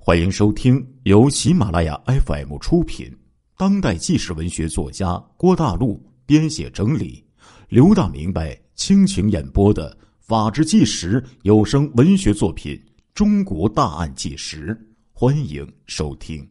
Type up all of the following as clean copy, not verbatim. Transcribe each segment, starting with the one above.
欢迎收听由喜马拉雅 FM 出品，当代纪实文学作家郭大陆编写整理，刘大明白倾情演播的法治纪实有声文学作品《中国大案纪实》，欢迎收听。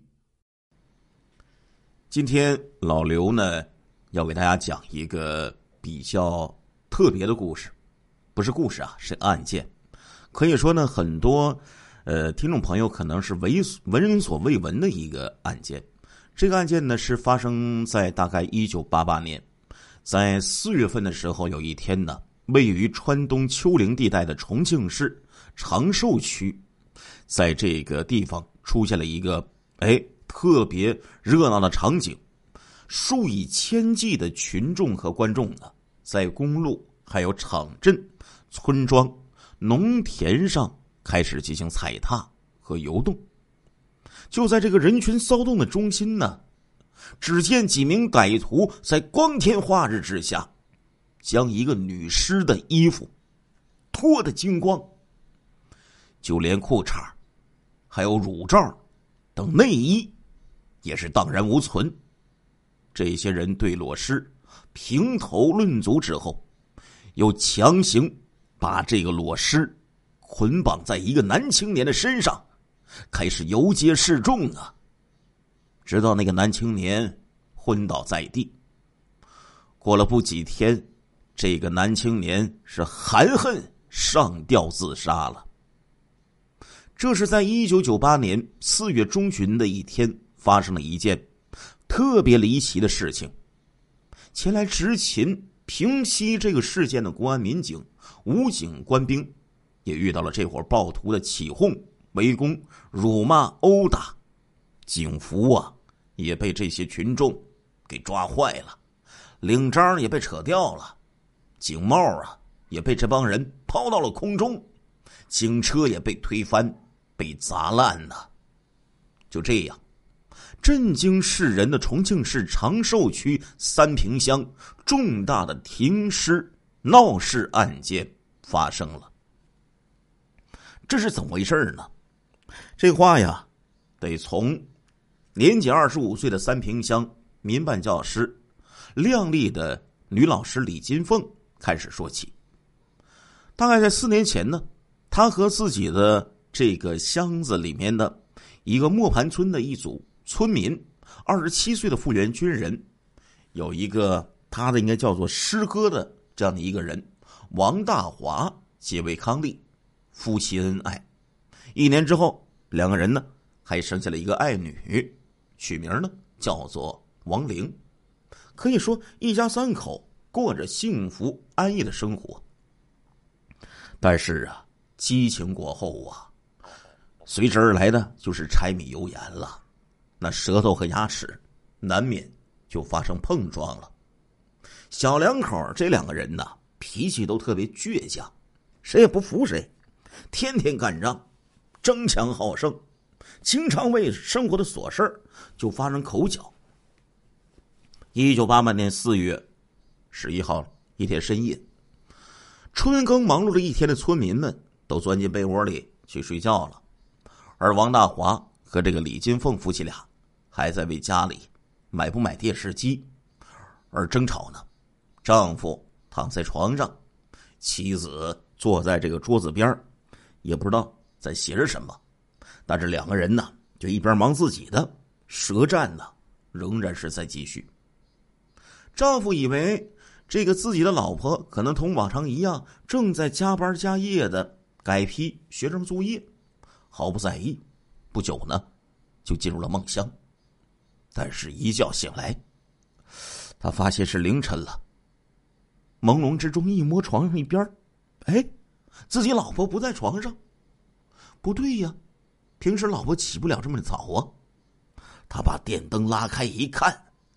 今天老刘呢要给大家讲一个比较特别的故事，不是故事啊，是案件。可以说呢，很多听众朋友可能是闻所未闻的一个案件。这个案件呢是发生在大概1988年，在4月份的时候，有一天呢，位于川东丘陵地带的重庆市长寿区，在这个地方出现了一个特别热闹的场景。数以千计的群众和观众呢，在公路、还有场镇、村庄、农田上开始进行踩踏和游动。就在这个人群骚动的中心呢，只见几名歹徒在光天化日之下，将一个女尸的衣服脱得精光，就连裤衩还有乳罩等内衣也是荡然无存。这些人对裸尸评头论足之后，又强行把这个裸尸捆绑在一个男青年的身上，开始游街示众啊，直到那个男青年昏倒在地。过了不几天，这个男青年是含恨上吊自杀了。这是在1998年4月中旬的一天发生了一件特别离奇的事情。前来执勤平息这个事件的公安民警、武警官兵也遇到了这伙暴徒的起哄、围攻、辱骂、殴打。警服啊也被这些群众给抓坏了，领章也被扯掉了，警帽啊也被这帮人抛到了空中，警车也被推翻、被砸烂了。就这样，震惊世人的重庆市长寿区三平乡重大的停尸闹事案件发生了。这是怎么回事呢？这话呀，得从年仅25岁的三平乡民办教师、靓丽的女老师李金凤开始说起。大概在4年前呢，她和自己的这个乡子里面的一个磨盘村的一组村民，27岁的复员军人，有一个他的应该叫做师哥的这样的一个人王大华，结为伉俪，夫妻恩爱。1年之后，两个人呢还生下了一个爱女，取名呢叫做王玲。可以说一家3口过着幸福安逸的生活。但是啊，激情过后啊，随之而来的就是柴米油盐了，那舌头和牙齿难免就发生碰撞了。小两口这两个人呢，脾气都特别倔强，谁也不服谁，天天干仗，争强好胜，经常为生活的琐事就发生口角。1988年4月11号一天深夜，春耕忙碌了一天的村民们都钻进被窝里去睡觉了，而王大华和这个李金凤夫妻俩还在为家里买不买电视机而争吵呢。丈夫躺在床上，妻子坐在这个桌子边，也不知道在写着什么，但是两个人呢就一边忙自己的，舌战呢仍然是在继续。丈夫以为这个自己的老婆可能同往常一样正在加班加夜的改批学生作业，毫不在意，不久呢就进入了梦乡。但是一觉醒来，他发现是凌晨了，朦胧之中一摸床上一边，自己老婆不在床上。不对呀，平时老婆起不了这么早啊。他把电灯拉开一看，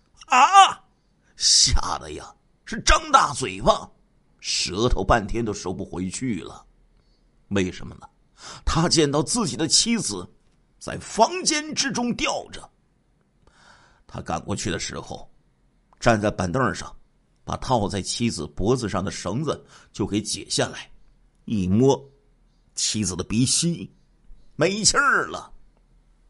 吓得呀是张大嘴巴，舌头半天都收不回去了。为什么呢？他见到自己的妻子在房间之中吊着。他赶过去的时候，站在板凳上，把套在妻子脖子上的绳子就给解下来，一摸妻子的鼻息没气儿了。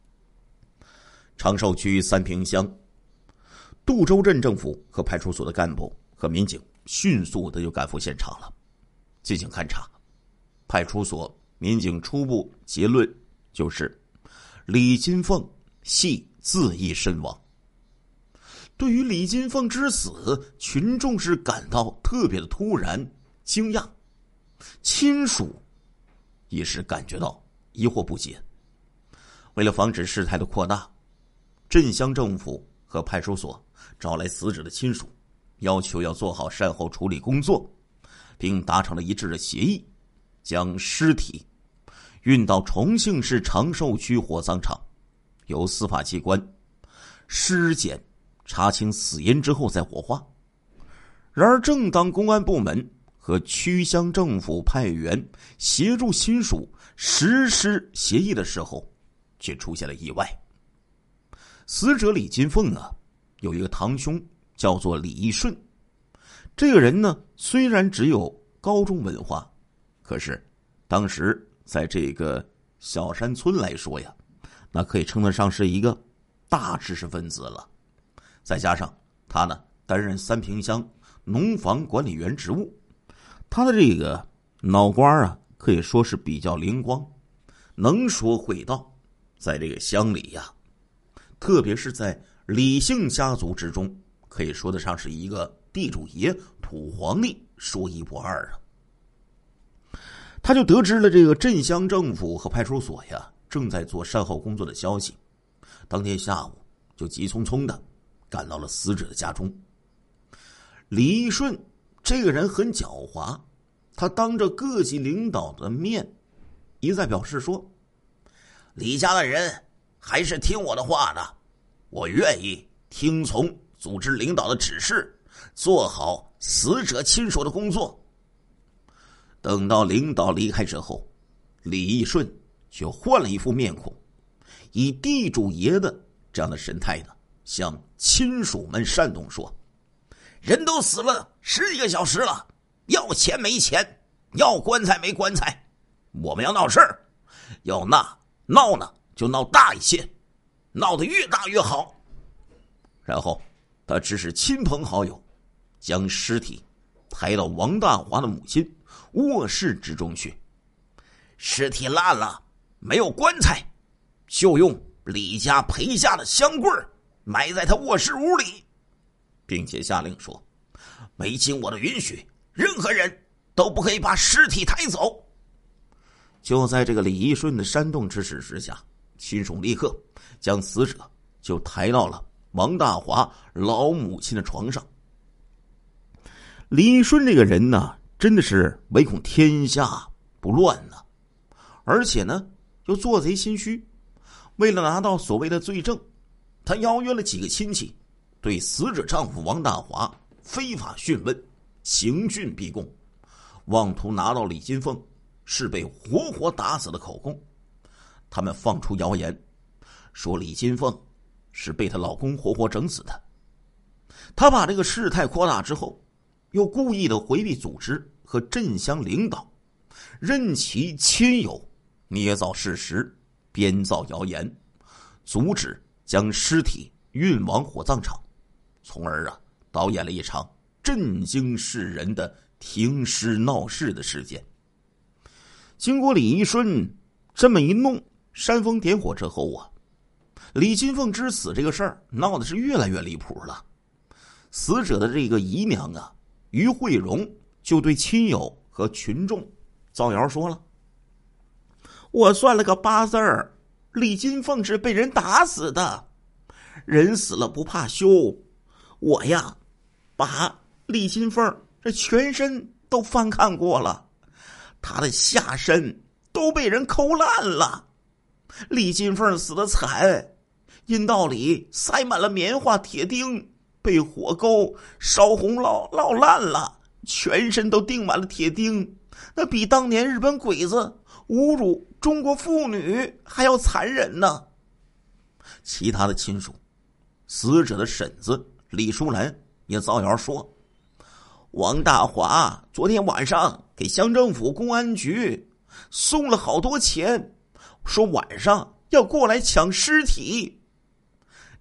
长寿区三平乡杜州镇政府和派出所的干部和民警迅速的就赶赴现场了，进行勘查。派出所民警初步结论就是李金凤系自缢身亡。对于李金凤之死，群众是感到特别的突然惊讶，亲属也是感觉到疑惑不解。为了防止事态的扩大，镇乡政府和派出所找来死者的亲属，要求要做好善后处理工作，并达成了一致的协议，将尸体运到重庆市长寿区火葬场，由司法机关尸检查清死因之后再火化。然而正当公安部门和区乡政府派员协助亲属实施协议的时候，却出现了意外。死者李金凤啊，有一个堂兄叫做李义顺。这个人呢，虽然只有高中文化，可是当时在这个小山村来说呀，那可以称得上是一个大知识分子了。再加上他呢担任三平乡农房管理员职务，他的这个脑瓜啊可以说是比较灵光，能说会道。在这个乡里呀，特别是在李姓家族之中，可以说得上是一个地主爷、土皇帝，说一不二啊。他就得知了这个镇乡政府和派出所呀正在做善后工作的消息，当天下午就急匆匆的赶到了死者的家中。李义顺这个人很狡猾，他当着各级领导的面一再表示说，李家的人还是听我的话呢，我愿意听从组织领导的指示，做好死者亲属的工作。等到领导离开之后，李义顺却换了一副面孔，以地主爷的这样的神态呢，向亲属们煽动说，人都死了10几个小时了，要钱没钱，要棺材没棺材，我们要闹事儿，要闹呢就闹大一些，闹得越大越好。然后他指使亲朋好友将尸体抬到王大华的母亲卧室之中去，尸体烂了没有棺材，就用李家陪嫁的香棍埋在他卧室屋里，并且下令说，没经我的允许，任何人都不可以把尸体抬走。就在这个李义顺的煽动之使之下，亲属立刻将死者就抬到了王大华老母亲的床上。李义顺这个人呢，真的是唯恐天下不乱呢，而且呢又做贼心虚，为了拿到所谓的罪证，他邀约了几个亲戚，对死者丈夫王大华非法讯问，刑讯逼供，妄图拿到李金凤是被活活打死的口供。他们放出谣言，说李金凤是被她老公活活整死的。他把这个事态扩大之后，又故意的回避组织和镇乡领导，任其亲友捏造事实，编造谣言，阻止将尸体运往火葬场，从而导演了一场震惊世人的停尸闹事的事件。经过李义顺这么一弄，煽风点火之后啊，李金凤之死这个事儿闹的是越来越离谱了。死者的这个姨娘啊，于慧荣就对亲友和群众造谣说了，我算了个8字儿，李金凤是被人打死的，人死了不怕羞，我呀把李金凤这全身都翻看过了，他的下身都被人抠烂了。李金凤死得惨，阴道里塞满了棉花铁钉，被火钩烧红烙烂了，全身都钉满了铁钉，那比当年日本鬼子侮辱中国妇女还要残忍呢。其他的亲属，死者的婶子李淑兰也造谣说，王大华昨天晚上给乡政府公安局送了好多钱，说晚上要过来抢尸体。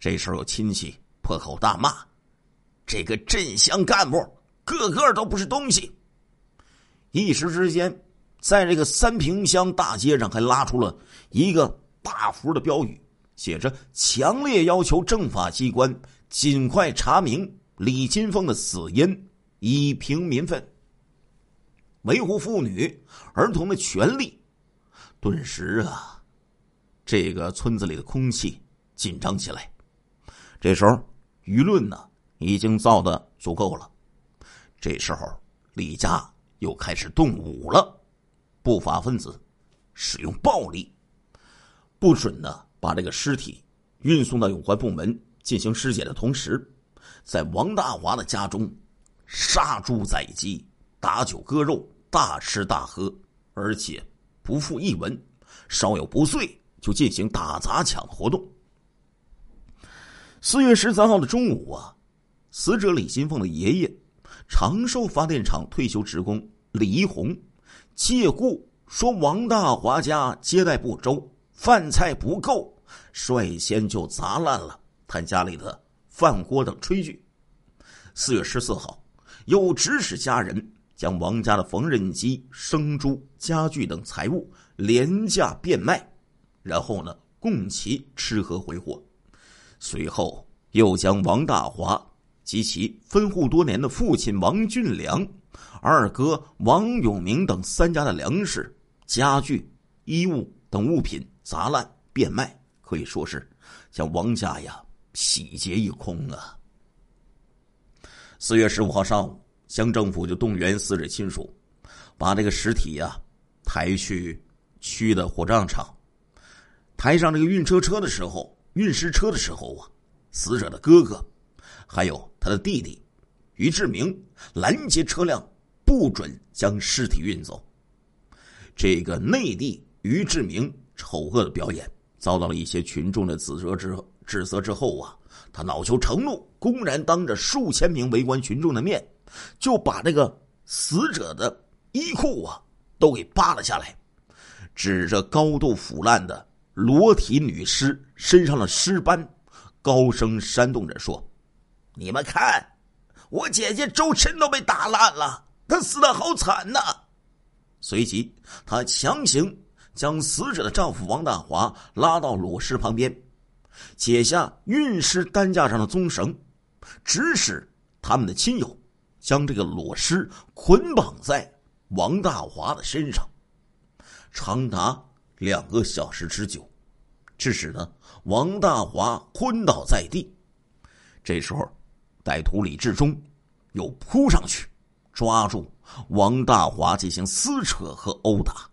这时候有亲戚破口大骂，这个镇乡干部个个都不是东西。一时之间，在这个三平乡大街上还拉出了一个大幅的标语，写着强烈要求政法机关尽快查明李金凤的死因，以平民愤，维护妇女儿童的权利。顿时啊，这个村子里的空气紧张起来。这时候舆论呢已经造得足够了，这时候李家又开始动武了，不法分子使用暴力，不准呢把这个尸体运送到有关部门进行尸检的同时，在王大华的家中杀猪宰鸡，打酒割肉，大吃大喝，而且不负一文，稍有不遂就进行打砸抢活动。4月13号的中午啊，死者李金凤的爷爷，长寿发电厂退休职工李一红，借故说王大华家接待不周，饭菜不够，率先就砸烂了他家里的饭锅等炊具。4月14号，又指使家人将王家的缝纫机、生猪、家具等财物廉价变卖，然后呢供其吃喝挥霍。随后又将王大华及其分户多年的父亲王俊良、二哥王永明等3家的粮食、家具、衣物等物品砸烂变卖，可以说是将王家呀洗劫一空啊。4月15号上午，乡政府就动员死者亲属，把这个尸体呀抬去区的火葬场。抬上这个运尸车的时候啊，死者的哥哥还有他的弟弟于志明拦截车辆，不准将尸体运走。这个内地于志明丑恶的表演遭到了一些群众的指责之后啊，他恼羞成怒，公然当着数千名围观群众的面，就把这个死者的衣裤啊都给扒了下来，指着高度腐烂的裸体女尸身上的尸斑，高声煽动着说：“你们看，我姐姐周琛都被打烂了，她死得好惨呐！”随即他强行将死者的丈夫王大华拉到裸尸旁边，解下运尸担架上的棕绳，指使他们的亲友将这个裸尸捆绑在王大华的身上，长达2个小时之久，致使呢王大华昏倒在地。这时候歹徒李志忠又扑上去抓住王大华进行撕扯和殴打。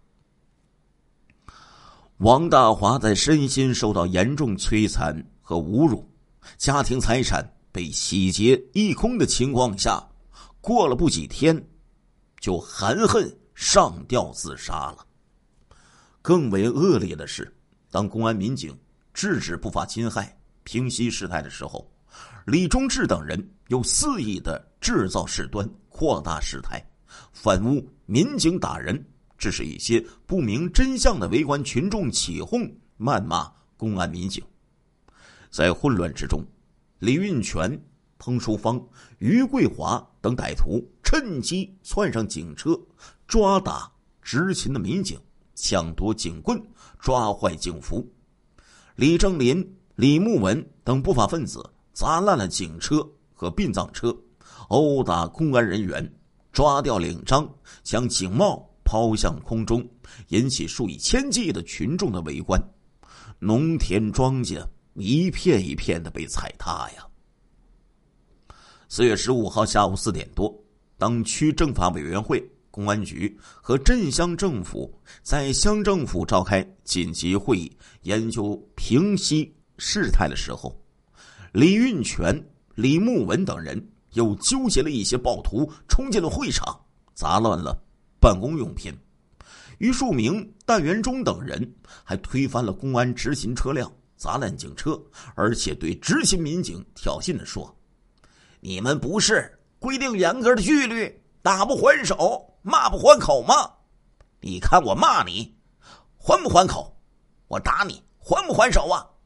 王大华在身心受到严重摧残和侮辱，家庭财产被洗劫一空的情况下，过了不几天就含恨上吊自杀了。更为恶劣的是，当公安民警制止不法侵害、平息事态的时候，李忠志等人又肆意的制造事端，扩大事态，反诬民警打人，致使一些不明真相的围观群众起哄谩骂公安民警。在混乱之中，李运全、彭淑芳、于桂华等歹徒趁机窜上警车，抓打执勤的民警，抢夺警棍，抓坏警服。李正林、李木文等不法分子砸烂了警车和殡葬车，殴打公安人员，抓掉领章，将警帽抛向空中，引起数以千计的群众的围观。农田庄稼一片一片的被踩踏呀。4月15号下午4点多，当区政法委员会、公安局和镇乡政府在乡政府召开紧急会议，研究平息事态的时候，李运全、李木文等人又纠结了一些暴徒，冲进了会场，砸乱了办公用品。于树明、戴元忠等人还推翻了公安执勤车辆，砸烂警车，而且对执勤民警挑衅地说：“你们不是规定严格的纪律，打不还手，骂不还口吗？你看我骂你，还不还口？我打你，还不还手啊？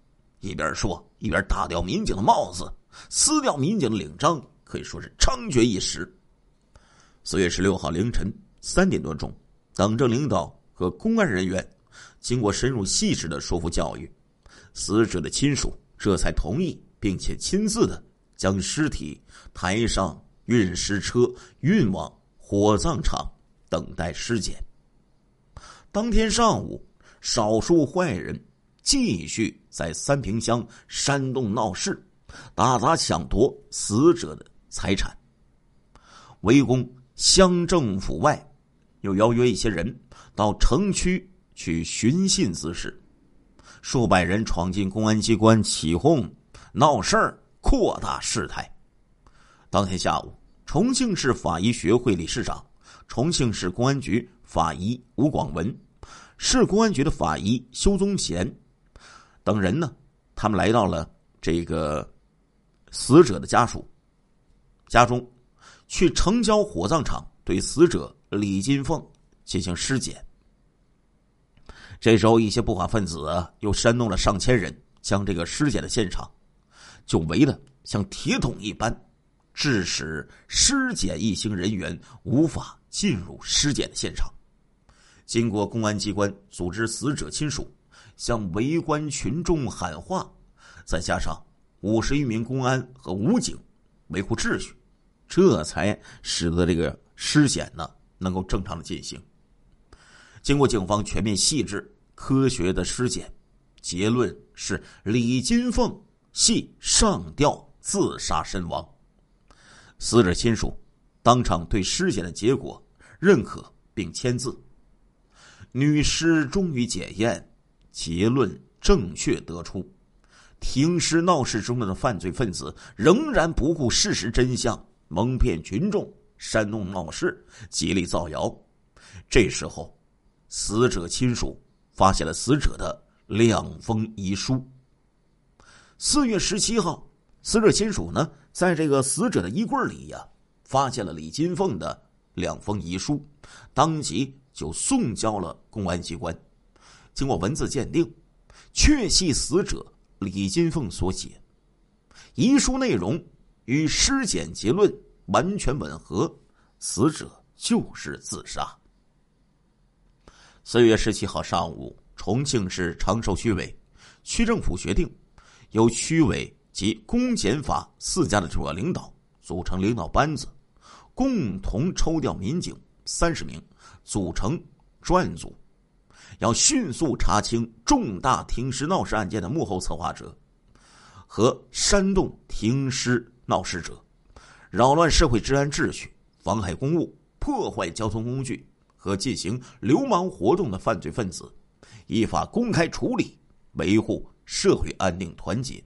一边说一边打掉民警的帽子，撕掉民警的领章，可以说是猖獗一时。4月16号凌晨3点多钟，党政领导和公安人员经过深入细致的说服教育，死者的亲属这才同意，并且亲自的将尸体抬上运尸车，运往火葬场等待尸检。当天上午，少数坏人继续在三平乡煽动闹事，打砸抢夺死者的财产。围攻乡政府外，又邀约一些人到城区去寻衅滋事，数百人闯进公安机关起哄闹事儿，扩大事态。当天下午，重庆市法医学会理事长、重庆市公安局法医吴广文、市公安局的法医修宗贤等人呢，他们来到了这个死者的家中，去城郊火葬场对死者李金凤进行尸检。这时候，一些不法分子又煽动了上千人，将这个尸检的现场就围得像铁桶一般，致使尸检一行人员无法进入尸检的现场。经过公安机关组织死者亲属向围观群众喊话，再加上51名公安和武警维护秩序，这才使得这个尸检呢能够正常的进行。经过警方全面细致科学的尸检，结论是李金凤系上吊自杀身亡。死者亲属当场对尸检的结果认可并签字。女尸终于检验，结论正确得出，停尸闹事中的犯罪分子仍然不顾事实真相，蒙骗群众，煽动闹事，极力造谣。这时候，死者亲属发现了死者的2封遗书。4月17号，死者亲属呢，在这个死者的衣柜里发现了李金凤的2封遗书，当即就送交了公安机关。经过文字鉴定，确系死者李金凤所写，遗书内容与尸检结论完全吻合，死者就是自杀。4月17号上午，重庆市长寿区委、区政府决定，由区委及公检法4家的主要领导组成领导班子，共同抽调民警30名，组成专案组，要迅速查清重大停尸闹事案件的幕后策划者和煽动停尸闹事者，扰乱社会治安秩序、妨害公务、破坏交通工具和进行流氓活动的犯罪分子，依法公开处理，维护社会安定团结。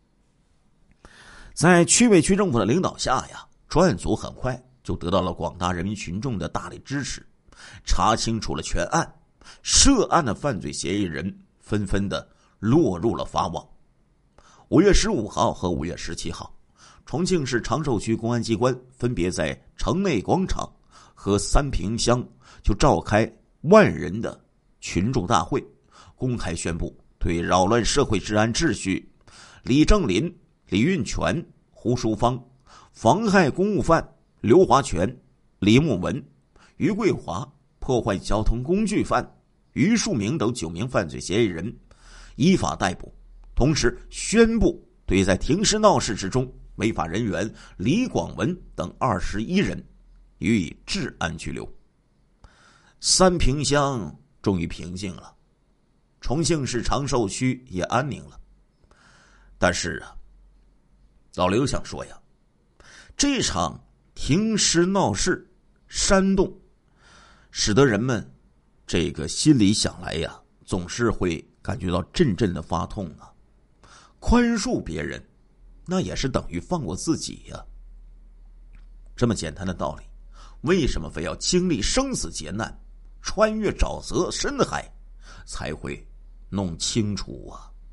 在区委区政府的领导下专案组很快就得到了广大人民群众的大力支持，查清楚了全案，涉案的犯罪嫌疑人纷纷的落入了法网。5月15号和5月17号，重庆市长寿区公安机关分别在城内广场和三平乡就召开万人的群众大会，公开宣布对扰乱社会治安秩序李正林、李运全、胡淑芳、妨害公务犯刘华全、李木文、于桂华、破坏交通工具犯于树明等9名犯罪嫌疑人依法逮捕，同时宣布对在停尸闹事之中违法人员李广文等21人予以治安拘留。三平乡终于平静了，重庆市长寿区也安宁了。但是老刘想说这场停尸闹事煽动，使得人们这个心里想来总是会感觉到阵阵的发痛宽恕别人，那也是等于放过自己这么简单的道理，为什么非要经历生死劫难，穿越沼泽深海才会弄清楚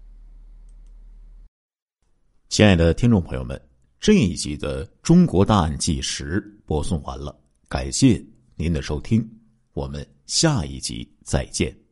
亲爱的听众朋友们，这一集的中国大案纪实播送完了，感谢您的收听，我们下一集再见。